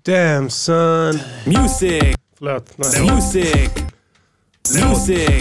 Damn son. Music. Förlåt. Nej. Music. Music.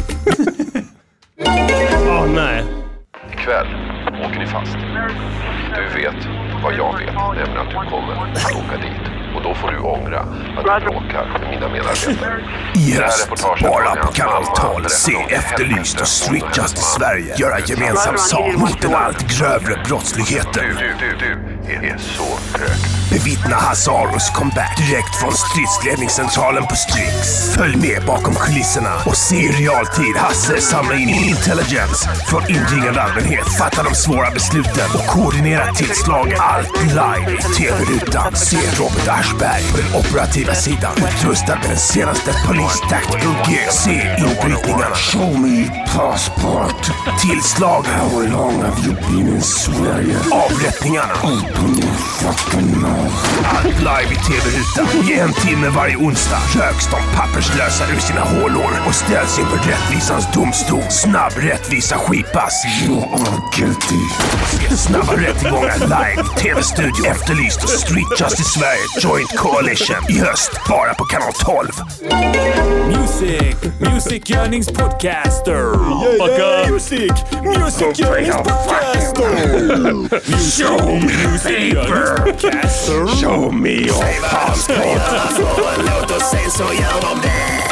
Åh nej. Ikväll åker ni fast. Du vet vad jag vet, nämligen att du kommer att åka dit. Och då får du ångra att du bråkar med mina medarbetare. I höst, bara på kanal 12, se Efterlyst och Street Justice Sverige göra gemensam sak mot den allt grövre brottsligheten. Du är så hög. Bevittna Hazaros comeback direkt från stridsledningscentralen på Strix. Följ med bakom kulisserna och se i realtid Hasse samla in intelligence från inringande allmänhet, fatta de svåra besluten och koordinera tillslag. Allt live i TV-rutan. Se Robert Aschberg på den operativa sidan, utrustad med den senaste Police Tactical Gear. Se inbrytningarna. Show me passport. Tillslag. How long have you been in Sverige? Avrättningarna. Open your fucking mouth. Allt live i TV-rutan. I en timme varje onsdag röks de papperslösa ur sina hålor och ställs inför rättvisans domstol. Snabb rättvisa skipas. You are guilty. Snabba rättegångar live. TV-studio Efterlyst och Street Justice Sverige Joint Coalition i höst, bara på kanal 12. Music görningspodcaster. Music görningspodcaster. Show me paper. Show me your passport. Låt oss se så gör de det.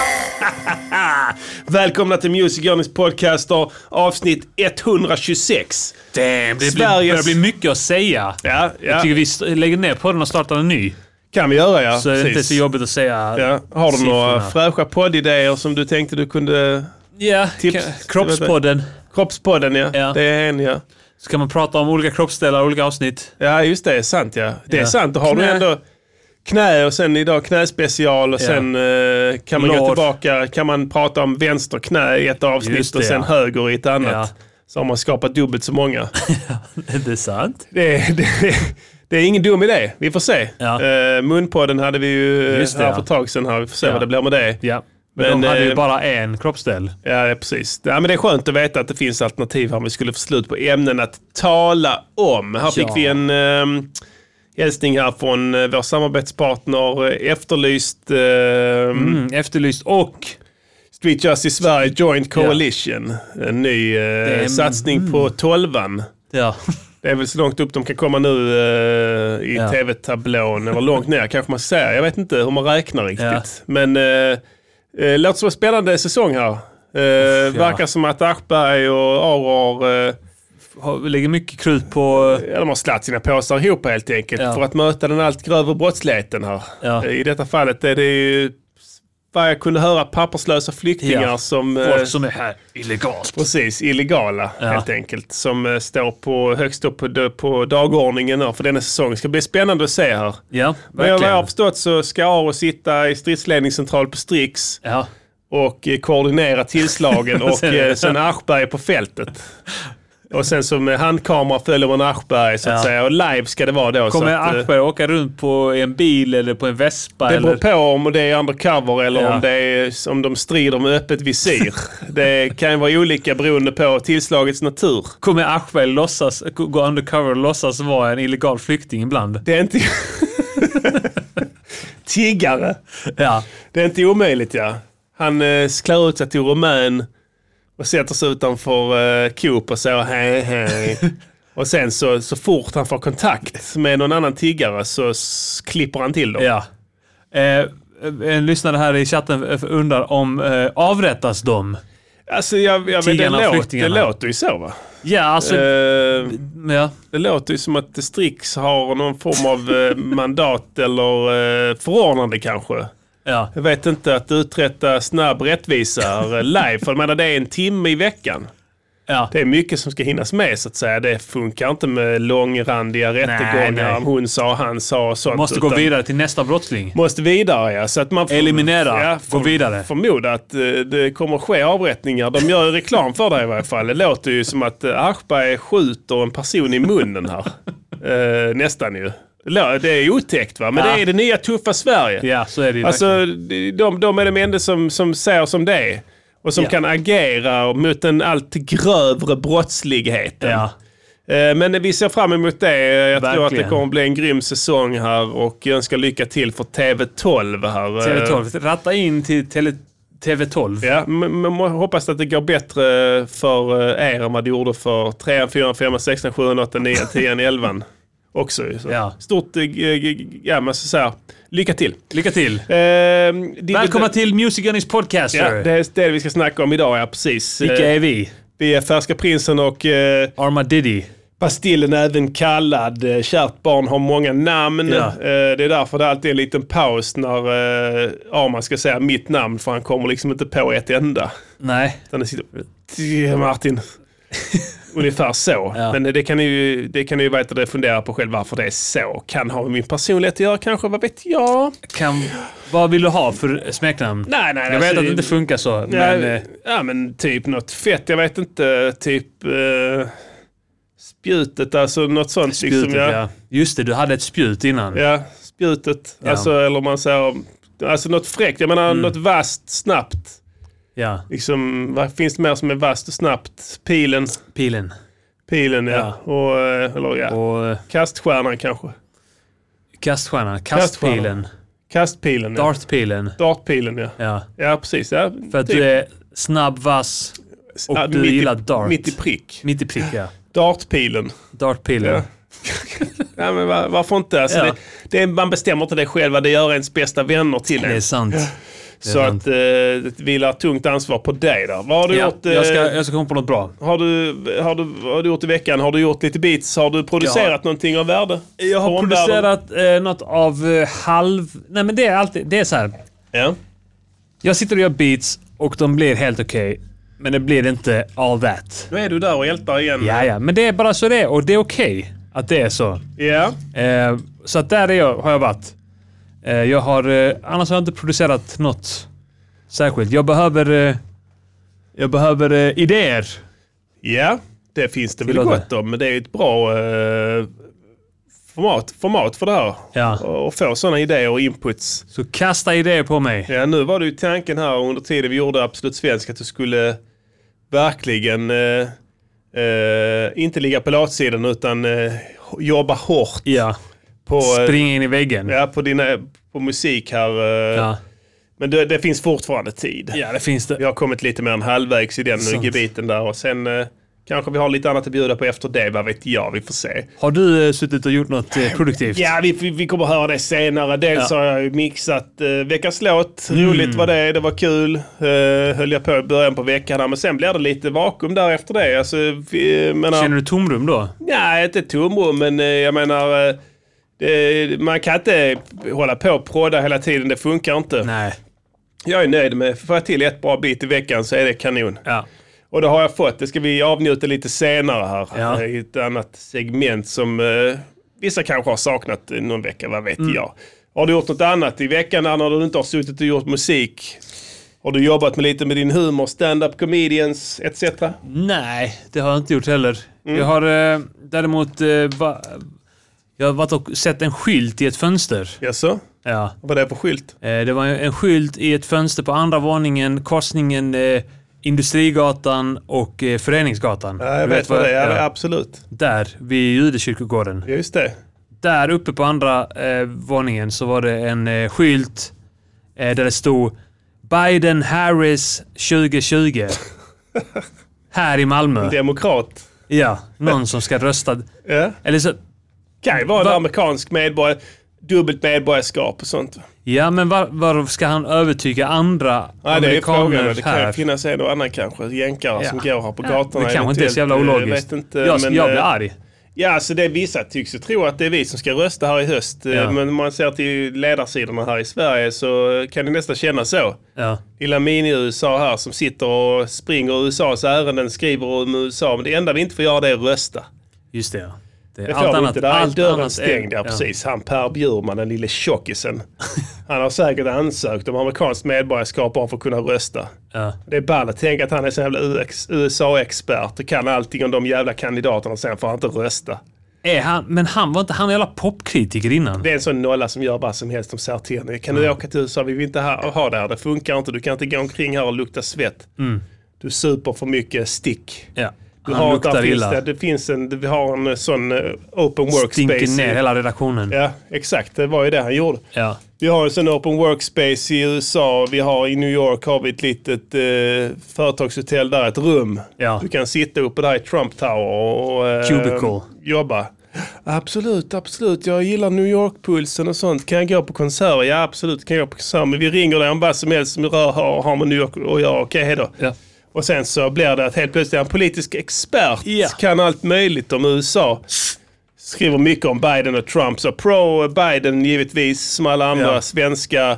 Välkomna till Music Journeys podcaster, avsnitt 126. Det börjar bli mycket att säga. Ja. Jag tycker vi lägger ner på den och startar en ny. Kan vi göra, ja. Så är det inte så jobbigt att säga. Ja. Har du några fräscha poddidéer som du tänkte du kunde... Ja, kroppspodden. Kroppspodden, ja. Det är en, ja. Så kan man prata om olika kroppsdelar, olika avsnitt. Ja, just det. Är sant, ja. Det är sant. Då har du ändå knä och sen idag knäspecial och sen kan man gå tillbaka, kan man prata om vänster knä i ett avsnitt och sen höger i ett annat. Ja. Så har man skapat dubbelt så många. Det är sant. Det är ingen dum idé. Vi får se. Ja. Munpodden hade vi ju här för ett tag sedan. Vi får se vad det blir med det. Ja. Men de hade ju bara en kroppsdel. Ja, precis. Ja, men det är skönt att veta att det finns alternativ här om vi skulle få slut på ämnen att tala om. Här fick vi en hälsning här från vår samarbetspartner Efterlyst. Efterlyst och Street Justice Sverige Joint Coalition. En ny satsning på 12an. Ja. Det är väl så långt upp de kan komma nu i tv-tablån eller långt ner kanske man säger. Jag vet inte hur man räknar riktigt. Ja. Men låter som en spännande säsong här. Verkar som att Aschberg och Auror lägger mycket krut på... de har slatt sina påsar ihop helt enkelt för att möta den allt grövre brottsligheten här. Ja. I detta fallet är det ju vad jag kunde höra papperslösa flyktingar som... Folk som är här illegalt. Precis, illegala helt enkelt. Som står på högst upp på dagordningen för denna säsong. Det ska bli spännande att se här. Ja, men vad jag har förstått så ska Aro sitta i stridsledningscentral på Strix och koordinera tillslagen och sen Aschberg på fältet. Och sen som handkamera följer man Aschberg så att säga. Och live ska det vara då. Kommer Aschberg åka runt på en bil eller på en Vespa? Det beror på om det är undercover eller om det är om de strider med öppet visir. Det kan ju vara olika beroende på tillslagets natur. Kommer Aschberg gå undercover och låtsas vara en illegal flykting ibland? Det är inte... Tiggare. Ja. Det är inte omöjligt, Han klär ut sig till rumän och sätter sig utanför Coop och säger hej. Och sen så fort han får kontakt med någon annan tiggare så klipper han till dem. Ja. En lyssnare här i chatten undrar om avrättas de? Alltså jag vet, det låter ju så, va? Ja, alltså... Det låter ju som att Strix har någon form av mandat eller förordnande kanske. Ja. Jag vet inte, att uträtta snabb rättvisa live. För jag menar, det är en timme i veckan. Ja. Det är mycket som ska hinnas med så att säga. Det funkar inte med långrandiga rättegångar. Hon sa, han sa och sånt. Måste gå vidare till nästa brottsling. Måste vidare, ja. Så att man eliminera, gå vidare. Förmoda att det kommer ske avrättningar. De gör reklam för det i varje fall. Det låter ju som att Aschberg skjuter en person i munnen här. Nästan ju. Det är otäckt, va? Men det är det nya tuffa Sverige. Ja, så är det ju. Alltså, de är de enda som säger som det är. Och som kan agera mot den allt grövre brottsligheten. Ja. Men vi ser fram emot det. Jag Verkligen. tror att det kommer bli en grym säsong här och jag önskar lycka till för TV12 här. TV12. Ratta in till TV12. Ja, men hoppas att det går bättre för er än vad det gjorde för 3, 4, 5, 6, 7, 8, 9, 10, 11 också. Så. Ja. Stort, man ska säga, lycka till. Lycka till. Välkomna till Music Gunnings Podcaster. Ja, det är det vi ska snacka om idag, ja precis. Vilka är vi? Vi är Färska Prinsen och Armadiddy. Pastillen är även kallad. Kärt barn har många namn. Ja. Det är därför det alltid är en liten paus när Arman ska säga mitt namn, för han kommer liksom inte på ett enda. Nej. Utan det sitter Martin. Ungefär så. Ja. Men det kan ni ju veta det, fundera på själv varför det är så. Kan ha med min personlighet att göra kanske, vad vet jag? Vad vill du ha för smeknamn? Nej, Jag vet att det inte funkar så. Men typ något fett, jag vet inte. Typ spjutet, alltså något sånt. Spjutet, liksom, ja. Just det, du hade ett spjut innan. Ja, spjutet. Ja. Alltså, eller man säger, alltså något fräckt. Jag menar något vasst, snabbt. Ja. Liksom, vad finns det mer som är vasst och snabbt? Pilen, ja. Och, eller ja. Och Kaststjärnan kanske. kaststjärnan. Kastpilen. Kastpilen, ja. Dartpilen, ja. Ja. Ja, precis. Ja, För att typ. du är snabb, vass och du gillar dart. Mitt i prick. Mitt i prick, ja. Dartpilen. Dartpilen. Ja. Ja, men varför inte? Alltså, Ja. man bestämmer inte det själva. Det gör ens bästa vänner till Det är en. sant. Så att det vilar tungt ansvar på dig där. Vad har du gjort? Jag ska komma på något bra. Har du gjort i veckan? Har du gjort lite beats? Har du producerat någonting av värde? Jag har producerat något av Nej, men det är alltid... Det är så här. Ja. Jag sitter och gör beats och de blir helt okej. Men det blir inte all that. Nu är du där och ältar igen. Ja. Men det är bara så det är. Och det är okej att det är så. Ja. Så att där har jag varit. Jag har... annars har jag inte producerat något särskilt. Jag behöver idéer. Ja, det finns det väl Tillåter. gott om. Men det är ett bra format för det här. Ja. Och få sådana idéer och inputs. Så kasta idéer på mig. Ja, nu var det ju tanken här under tiden vi gjorde Absolut Svensk att du skulle verkligen inte ligga på latsidan utan jobba hårt. Ja. På, Springa in i väggen. Ja, på musik här. Ja. Men det finns fortfarande tid. Ja, det finns det. Vi har kommit lite mer än halvvägs i den gebiten där. Och sen kanske vi har lite annat att bjuda på efter det. Vad vet jag, vi får se. Har du suttit och gjort något produktivt? Ja, vi kommer höra det senare. Dels har jag ju mixat veckans låt. Roligt var det var kul. Höll jag på i början på veckan här. Men sen blir det lite vakuum där efter det. Alltså, Känner du tomrum då? Nej, inte tomrum, men jag menar... man kan inte hålla på och prodda hela tiden, det funkar inte. Nej. Jag är nöjd med, får jag till ett bra bit i veckan så är det kanon. Ja. Och det har jag fått, det ska vi avnjuta lite senare här. Ja. I ett annat segment som vissa kanske har saknat någon vecka, vad vet jag. Har du gjort något annat i veckan när du inte har suttit och gjort musik? Har du jobbat med lite med din humor, stand-up comedians etc? Nej, det har jag inte gjort heller. Jag har däremot... jag har varit och sett en skylt i ett fönster. Jaså? Ja. Vad är det på skylt? Det var en skylt i ett fönster på andra våningen, korsningen Industrigatan och Föreningsgatan. Ja, jag vet vad det är, ja, absolut. Där, vid Judekyrkogården. Just det. Där uppe på andra våningen så var det en skylt där det stod Biden-Harris 2020. Här i Malmö. Demokrat. Ja, någon som ska rösta. Ja. Eller så... Kan ju vara en amerikansk medborgare, dubbelt medborgarskap och sånt. Ja, men var ska han övertyga andra amerikaner här? Det kan ju finnas en och annan kanske, jänkare som går här på gatorna. Det kanske inte är så jävla ologiskt. Jag vet inte, jag blir arg. Ja, alltså det vissa tycks ju tro att det är vi som ska rösta här i höst. Ja. Men om man ser till ledarsidorna här i Sverige så kan det nästan kännas så. Ja. Lilla mini-USA här som sitter och springer USAs ärenden, skriver om USA. Men det enda vi inte får göra det är rösta. Just det, ja. Det får vi inte. Där är dörren stängd. Ja, precis. Han Per Bjurman, den lille tjockisen. Han har säkert ansökt om amerikanskt medborgarskap bara för att kunna rösta. Ja. Det är bara att tänka att han är så jävla USA-expert och kan allting om de jävla kandidaterna, sen får han inte rösta. Men han var inte han jävla popkritiker innan? Det är en sån nolla som gör vad som helst som säger till henne. Kan du åka till USA? Vi vill inte ha det här. Det funkar inte. Du kan inte gå omkring här och lukta svett. Du super för mycket stick. Ja. Han luktar illa. Vi har en sån open workspace. Stinker ner hela redaktionen. Ja, exakt. Det var ju det han gjorde. Ja. Vi har en sån open workspace i USA. Vi har i New York har vi ett litet företagshotell där, ett rum. Ja. Du kan sitta uppe där i Trump Tower och Cubicle. Jobba. Absolut. Jag gillar New York-pulsen och sånt. Kan jag gå på konserter? Ja, absolut. Kan jag gå på konserter? Men vi ringer där om vad som helst som har med New York och jag. Okej, hej då. Ja. Och sen så blir det att helt plötsligt en politisk expert kan allt möjligt om USA. Skriver mycket om Biden och Trump. Så pro-Biden givetvis, som alla andra svenska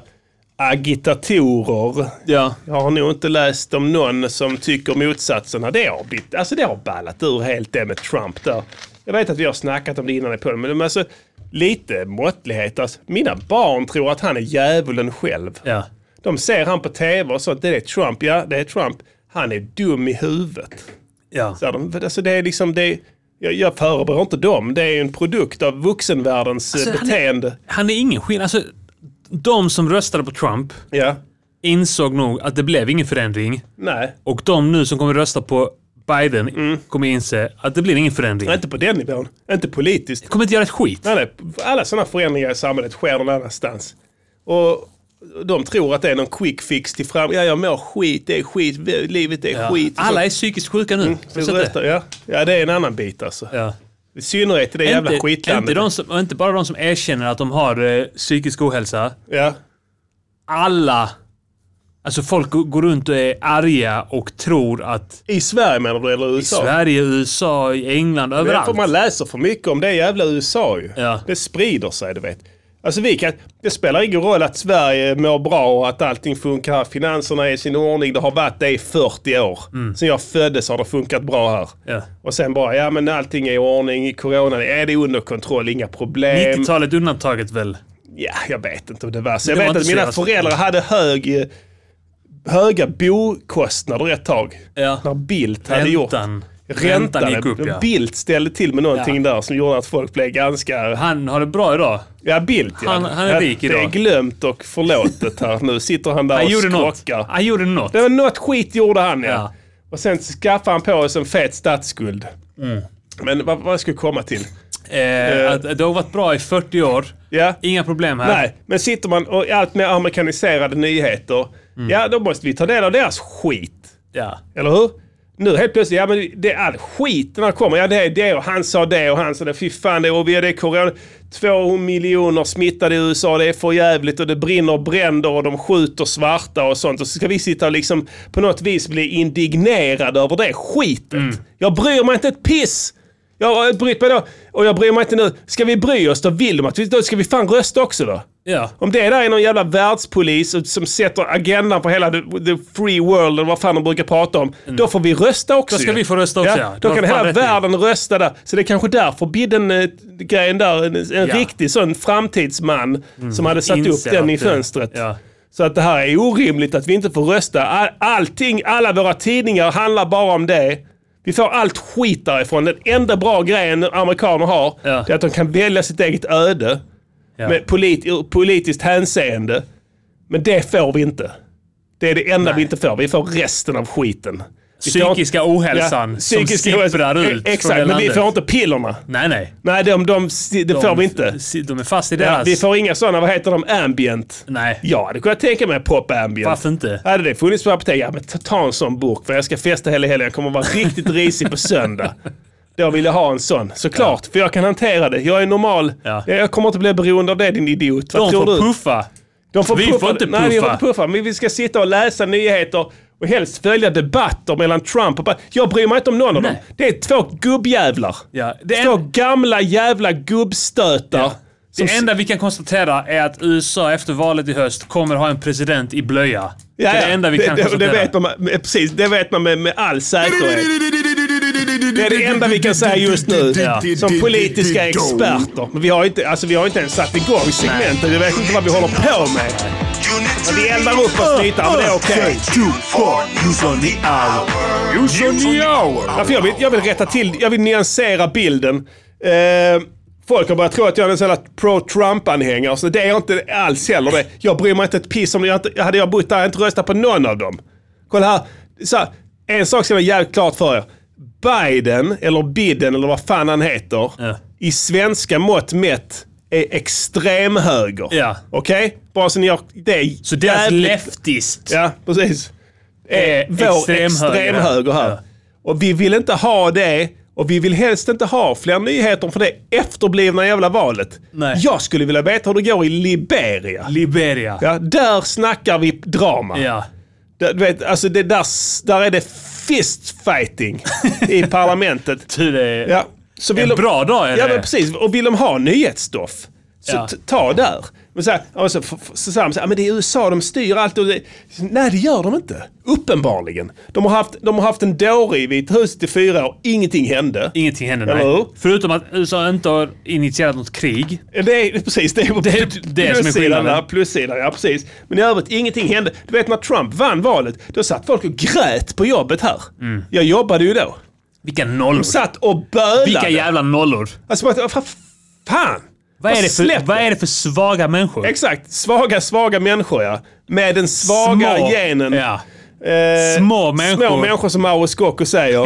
agitatorer. Ja. Jag har nog inte läst om någon som tycker motsatsen. Det har ballat ur helt det med Trump där. Jag vet att vi har snackat om det innan i podden, men alltså, lite måttlighet. Alltså, mina barn tror att han är djävulen själv. Ja. De ser han på tv och så att det är Trump. Ja, det är Trump. Han är dum i huvudet. Ja. Så det är liksom det. Jag förebrår inte dem. Det är en produkt av vuxenvärldens beteende. Han är ingen skillnad. Alltså, de som röstade på Trump insåg nog att det blev ingen förändring. Nej. Och de nu som kommer rösta på Biden kommer inse att det blir ingen förändring. Inte på den nivån. Inte politiskt. Det kommer inte göra ett skit. Nej. Alla sådana förändringar i samhället sker någon annanstans. Och de tror att det är någon quick fix till fram. Ja, jag mår skit, det är skit, livet är skit. Alla är psykiskt sjuka nu. Ja, det är en annan bit alltså. Ja. I synnerhet i det jävla skitlandet. Inte bara de som erkänner att de har psykisk ohälsa. Ja. Alla. Alltså folk går runt och är arga och tror att... I Sverige menar du, eller USA? I Sverige, USA, i England, överallt. Men man läser för mycket om det jävla USA ju. Ja. Det sprider sig, du vet. Alltså det spelar ingen roll att Sverige mår bra och att allting funkar. Finanserna är i sin ordning. Det har varit det i 40 år. Sen jag föddes har det funkat bra här. Ja. Och sen bara, men allting är i ordning. Corona är det under kontroll, inga problem. 90-talet undantaget väl? Ja, jag vet inte om det var så. Jag vet att mina föräldrar hade höga bokostnader ett tag. Ja. När Bildt hade gjort... Räntan gick upp, ja. Bildt ställde till med någonting där som gjorde att folk blev ganska... Han har det bra idag. Ja, Bildt, ja. Han är rik idag. Det är glömt och förlåtet här. Nu sitter han där och skrockar. Han gjorde något. Det var något skit gjorde han, ja. Och sen skaffade han på sig en fet statsskuld. Men vad ska jag komma till? Att det har varit bra i 40 år. Ja. Inga problem här. Nej, men sitter man och allt mer amerikaniserade nyheter. Ja, då måste vi ta del av deras skit. Ja. Eller hur? Nu helt plötsligt, men det är all skit när det kommer. Ja, det är det och han sa det och han sa det. Fy fan, det är corona. 2 miljoner smittade i USA, det är för jävligt och det brinner bränder och de skjuter svarta och sånt. Och så ska vi sitta och liksom på något vis bli indignerade över det skitet. Jag bryr mig inte ett piss. Jag har brytt mig då. Och jag bryr mig inte nu. Ska vi bry oss, då vill de att då ska vi fan rösta också då. Ja. Om det där är någon jävla världspolis som sätter agendan på hela the free world eller vad fan de brukar prata om, då får vi rösta också. Då ska vi få rösta också, ja. Då kan hela världen rösta där. Så det är kanske därför Biden-grejen där, en riktig sån framtidsman som hade satt upp den i fönstret. Ja. Så att det här är orimligt att vi inte får rösta. Alla våra tidningar handlar bara om det. Vi får allt skit därifrån. Den enda bra grejen amerikaner har är att de kan välja sitt eget öde med politiskt hänseende. Men det får vi inte. Det är det enda vi inte får. Vi får resten av skiten. Psykiska ohälsan som sipprar ut. Exakt, men vi får inte pillerna. Nej, det får vi inte. De är fast i deras... vi får inga sådana, vad heter de, ambient. Nej. Ja, det kunde jag tänka mig, pop ambient. Varför inte? Hade det funnits på apotek, men ta en sån burk för jag ska festa hela helgen. Jag kommer vara riktigt risig på söndag. Då vill jag ha en sån, såklart. För jag kan hantera det. Jag är normal. Ja. Jag kommer inte bli beroende av det, din idiot. Vad tror du? Puffa. Vi får inte puffa. Nej, vi får inte puffa. Men vi ska sitta och läsa nyheter och helst följa debatter mellan Trump och... Jag bryr mig inte om någon av dem. Det är 2 gubbjävlar. Ja. 2 gamla jävla gubbstötar. Ja. Det enda vi kan konstatera är att USA efter valet i höst kommer ha en president i blöja. Ja, det är det enda vi kan konstatera. Det vet man med all säkerhet. Det är det enda vi kan säga just nu. Ja. Som politiska experter. Men vi har inte ens satt igång segmentet. Vi vet inte vad vi håller på med. Men vi eldar upp oss lite, men det är okej. Jag vill rätta till, jag vill nyansera bilden. Folk har börjat tro att jag är en sån här pro-Trump-anhängare. Så det är jag inte alls heller det. Jag bryr mig inte ett piss om det. Hade jag bott där, jag inte röstat på någon av dem. Kolla här. Så, en sak ska vara jävligt klart för er. Biden, eller Biden, eller vad fan han heter, i svenska mått mätt är extremhöger. Ja. Okej? Okay? Bara så ni har det. Så deras leftist. Ja, precis. Är vår extremhöger här. Ja. Och vi vill inte ha det. Och vi vill helst inte ha fler nyheter för det efterblivna jävla valet. Nej. Jag skulle vilja veta hur det går i Liberia. Ja, där snackar vi drama. Ja. Du vet, alltså det där är det fist fighting i parlamentet. Ja. Så vill en bra dag är det. Ja, men precis. Och vill de ha nyhetsstoff, så ta där. Men så säger de men det är USA, de styr allt. Och nej, det gör de inte. Uppenbarligen. De har haft en dåre i Vita huset i 4 år. Ingenting hände. Nej. Förutom att USA inte har initierat något krig. Det är precis det som är skillnaden. Plussidan, ja precis. Men i övrigt, ingenting hände. Du vet, när Trump vann valet, då satt folk och grät på jobbet här. Jag jobbade ju då. Vilka nollor. De satt och bölade. Vilka jävla nollor. Alltså, fan. Vad är det för svaga människor? Exakt, svaga människor, ja. Med den svaga genen. Ja. Små människor som Mauro Scocco säger.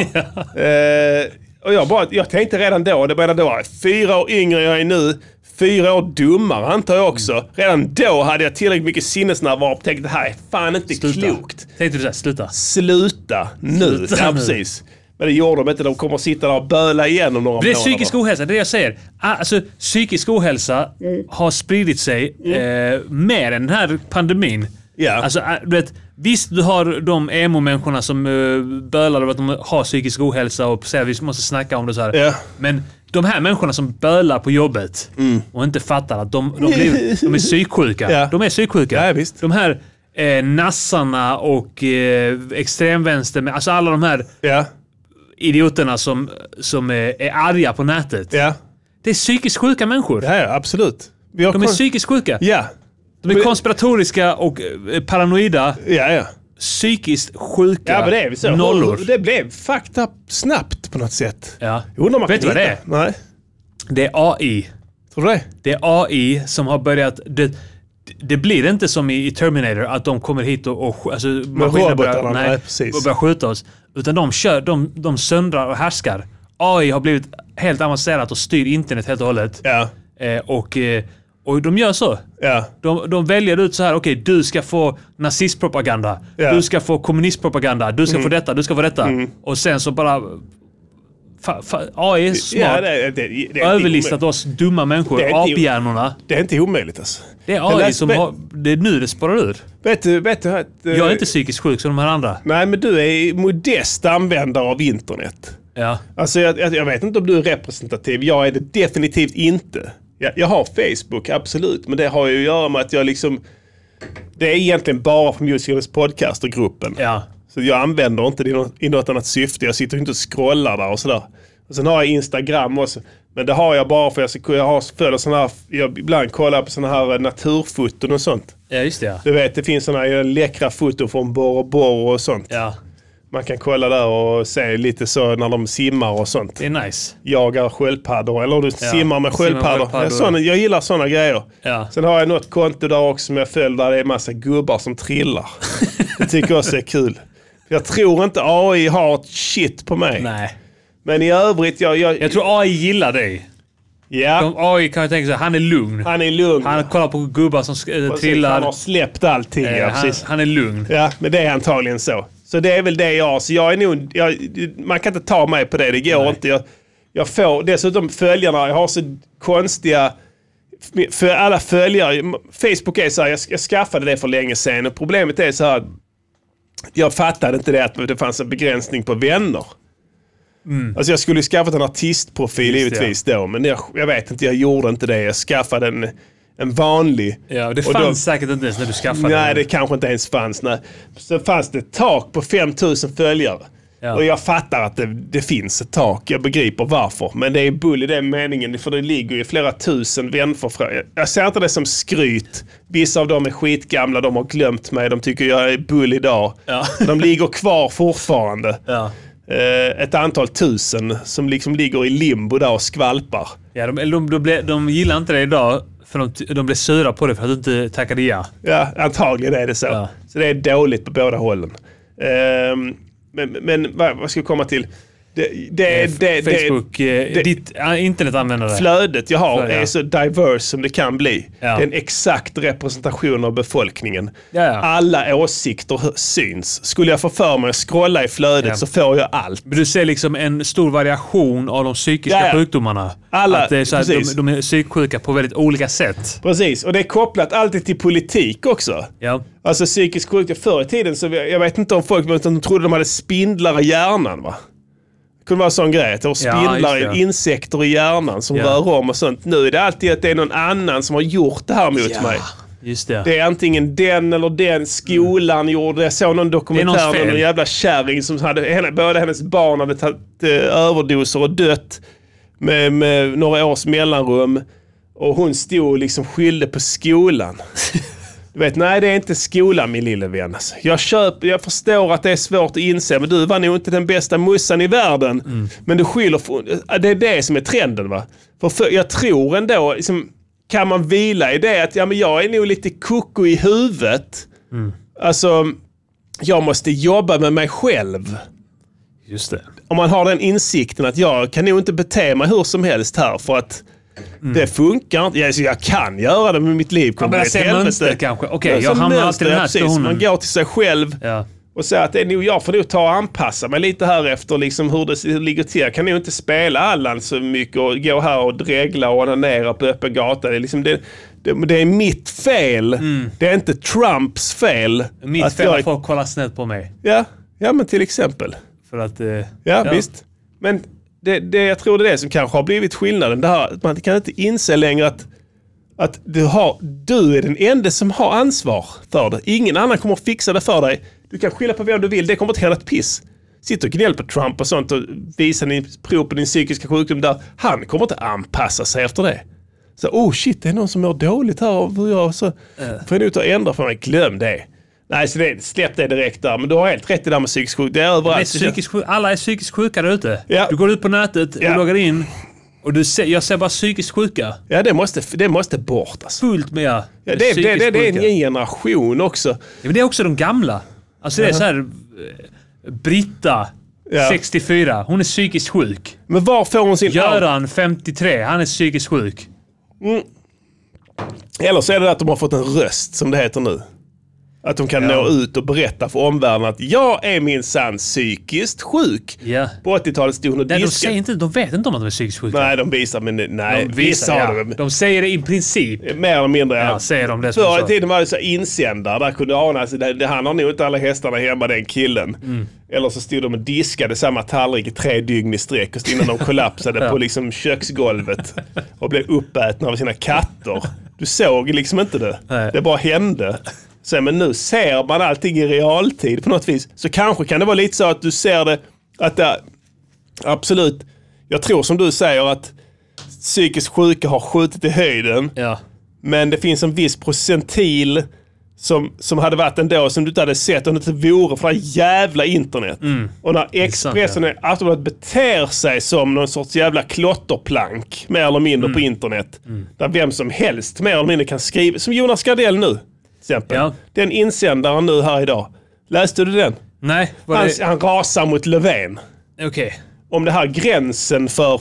Och jag tänkte redan då, 4 år yngre jag är nu, 4 år dummare antar jag också. Redan då hade jag tillräckligt mycket sinnesnärvaro och tänkte, det här är fan inte klokt. Tänkte du såhär, sluta nu. Ja, precis. Men det gjorde de inte. De kommer att sitta där och böla igenom några månader. Det är psykisk ohälsa, det är det jag säger. Alltså, psykisk ohälsa har spridit sig mer än den här pandemin. Yeah. Alltså, du vet, visst, du har de emo-människorna som bölar över att de har psykisk ohälsa och säger att vi måste snacka om det så här. Yeah. Men de här människorna som bölar på jobbet och inte fattar att de är psyksjuka. Yeah. De är psyksjuka. Ja, visst. De här nassarna och extremvänster, alltså alla de här... Yeah. idioterna som är arga på nätet. Ja. Det är psykiskt sjuka människor. Ja, absolut. De är psykiskt sjuka. Ja. De är konspiratoriska och paranoida. Ja. Psykiskt sjuka. Ja, men det är så. Nollor. Det blev fucked up snabbt på något sätt. Ja. Vet du vad det är? Nej. Det är AI. Tror du det? Det är AI som har börjat... Det blir inte som i Terminator att de kommer hit och alltså, maskiner börjar skjuta oss. Utan de söndrar och härskar. AI har blivit helt avancerat och styr internet helt och hållet. Ja. Och de gör så. Ja. De väljer ut så här, okej, du ska få nazistpropaganda. Ja. Du ska få kommunistpropaganda. Du ska få detta, du ska få detta. Och sen så bara... AI är smart. Ja, det överlistat oss dumma människor. Aphjärnorna. Det är inte omöjligt alltså. Det är AI som har... Det är nu det spårar ur. Vet du att... Jag är inte psykiskt sjuk som de här andra. Nej, men du är modest användare av internet. Ja. Alltså jag vet inte om du är representativ. Jag är det definitivt inte. Jag har Facebook, absolut. Men det har ju att göra med att jag liksom... Det är egentligen bara för Musicals podcastergruppen. Ja. Så jag använder inte det i något annat syfte. Jag sitter inte och scrollar där och sådär. Och sen har jag Instagram också. Men det har jag bara för jag ibland kollar på såna här naturfoton och sånt. Ja, just det. Ja. Du vet, det finns såna här läckra foton från borr och sånt. Ja. Man kan kolla där och se lite så när de simmar och sånt. Det är nice. Jagar sköldpaddor. Eller du simmar med sköldpaddor. Jag gillar såna grejer. Ja. Sen har jag något konto där också som jag följer där det är en massa gubbar som trillar. Det tycker jag också är kul. Jag tror inte AI har ett shit på mig. Nej. Men i övrigt... Jag tror AI gillar dig. Ja. AI kan jag tänka sig, han är lugn. Han kollar på gubbar som trillar. Han har släppt allting. Han är lugn. Ja, men det är antagligen så. Så det är väl det jag har. Så jag är nog... man kan inte ta mig på det. Det går inte. Jag får dessutom följarna. Jag har så konstiga... För alla följare... Facebook är så här... Jag skaffade det för länge sedan. Och problemet är så här... Jag fattade inte det att det fanns en begränsning på vänner. Alltså jag skulle ju skaffat en artistprofil givetvis då. Men jag vet inte, jag gjorde inte det. Jag skaffade en vanlig. Ja, det fanns säkert inte ens när du skaffade den. Nej, det kanske inte ens fanns. Nej. Så fanns det ett tak på 5000 följare. Ja. Och jag fattar att det finns ett tak. Jag begriper varför. Men det är bull i den meningen. För det ligger ju flera tusen vänförfrågor. Jag ser inte det som skryt. Vissa av dem är skitgamla. De har glömt mig. De tycker jag är bull idag. Ja. De ligger kvar fortfarande. Ja. Ett antal tusen som liksom ligger i limbo där och skvalpar. Ja, de gillar inte det idag. För de blev sura på det för att du inte tackade ja. Ja, antagligen är det så. Ja. Så det är dåligt på båda hållen. Men vad ska jag komma till? Facebook, ditt internetanvändare. Flödet jag har är så diverse som det kan bli. Ja. Det är en exakt representation av befolkningen. Ja. Alla åsikter syns. Skulle jag få för mig att scrolla i flödet så får jag allt. Men du ser liksom en stor variation av de psykiska sjukdomarna. Alla, att det är så här, de är psyksjuka på väldigt olika sätt. Precis, och det är kopplat alltid till politik också. Ja. Alltså psykisk sjuka förr i tiden, så jag vet inte om folk de trodde de hade spindlar i hjärnan, va? Det kunde vara en sån grej. Det var spindlar, insekter i hjärnan som rör om och sånt. Nu är det alltid att det är någon annan som har gjort det här mot mig. Just det. Det är antingen den eller den skolan gjorde. Jag såg någon dokumentär om någon jävla kärring som hade, båda hennes barn hade tagit överdoser och dött med några års mellanrum. Och hon stod och liksom skyllde på skolan. Du vet, nej det är inte skolan min lille vän. Alltså. Jag förstår att det är svårt att inse, men du var nog inte den bästa mussan i världen. Men du skyller, det är det som är trenden, va? För jag tror ändå, liksom, kan man vila i det att men jag är nog lite koko i huvudet. Alltså, jag måste jobba med mig själv. Just det. Om man har den insikten att jag kan nog inte bete mig hur som helst här för att det funkar inte. Jag kan göra det med mitt liv. Man se mönster kanske. Okej, jag hamnar alltid i den här situationen. Man går till sig själv och säger att det är nog jag får nog ta och anpassa mig lite här efter liksom hur det ligger till. Jag kan nog inte spela Allan så mycket och gå här och dregla och onanera på öppen gata. Det är liksom det är mitt fel. Det är inte Trumps fel. Mitt fel att folk kollar snett på mig. Ja, men till exempel. För att... visst. Men jag tror det är det som kanske har blivit skillnaden. Det här, att man kan inte inse längre att du är den enda som har ansvar för det. Ingen annan kommer att fixa det för dig. Du kan skylla på vem du vill. Det kommer inte hända ett piss. Sitter och gnäll på Trump och sånt och visar prov på din psykiska sjukdom där. Han kommer inte anpassa sig efter det. Så, shit, det är någon som mår dåligt här. Och jag så får jag nog ta och ändra för mig. Glöm det. Nej, så släpp det direkt där. Men du har helt rätt i det där med psykisk sjuk. Det är överallt. Alla är psykiskt sjuka där ute. Ja. Du går ut på nätet och loggar in. Och jag ser bara psykiskt sjuka. Ja, det måste bort. Alltså. Fullt med det är en ny generation också. Ja, men det är också de gamla. Alltså det är så här... Britta, 64. Hon är psykiskt sjuk. Men var får hon sin... Göran, 53. Han är psykiskt sjuk. Eller så är det att de har fått en röst, som det heter nu. Att de kan nå ut och berätta för omvärlden att jag är minsann psykiskt sjuk. På 80-talet stod hon och diskade. De vet inte om att de är psykiskt sjuka. Nej, de visar, men de säger det i princip. Mer eller mindre. Säger de det. Förr i tiden var det så insändare. Där kunde ana att han har nog inte alla hästarna hemma, den killen. Eller så stod de och diskade samma tallrik i 3 dygn i sträck och innan de kollapsade på liksom köksgolvet och blev uppätna av sina katter. Du såg liksom inte det. Nej. Det bara hände. Så, men nu ser man allting i realtid på något vis. Så kanske kan det vara lite så att du ser det att det, absolut, jag tror som du säger att psykiskt sjuka har skjutit i höjden. Men det finns en viss procentil som hade varit ändå som du inte hade sett om det inte vore för det jävla internet. Och när Expressen och Aftonbladet beter sig som någon sorts jävla klotterplank mer eller mindre på internet. Där vem som helst mer eller mindre kan skriva, som Jonas Gardell nu. Den insändaren nu här idag. Läste du den? Nej. Han rasar mot Löfven. Okej. Om det här gränsen för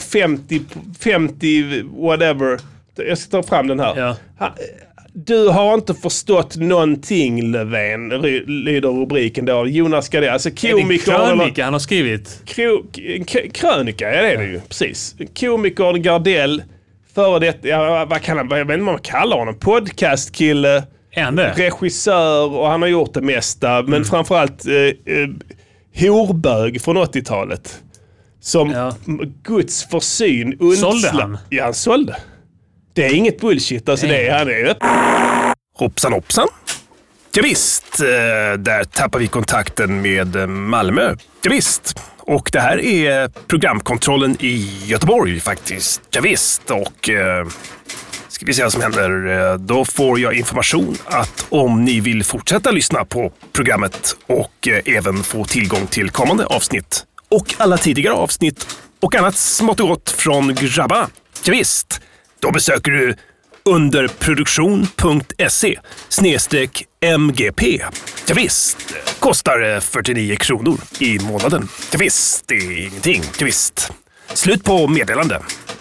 50 whatever. Jag ska ta fram den här. Du har inte förstått någonting, Löfven, lyder rubriken då. Jonas Gardell. Alltså komiker. Är det krönika han har skrivit? Krönika, ja det är det ju. Precis. Komiker Gardell. Före detta, vad kan han, jag vet inte vad man kallar honom. Podcastkille. Regissör, och han har gjort det mesta. Men framförallt horbög från 80-talet. Som Guds försyn. Sålde han? Ja, han sålde. Det är inget bullshit. Alltså det är han är öppen. Hoppsan. Ja, visst, där tappar vi kontakten med Malmö. Ja, visst. Och det här är programkontrollen i Göteborg faktiskt. Ja, visst. Och... ska vi se vad som händer. Då får jag information att om ni vill fortsätta lyssna på programmet och även få tillgång till kommande avsnitt och alla tidigare avsnitt och annat smått och gott från grabba. Ja, visst, då besöker du underproduktion.se/MGP. Ja, visst, kostar 49 kronor i månaden. Ja, visst, det är ingenting. Ja, visst. Slut på meddelande.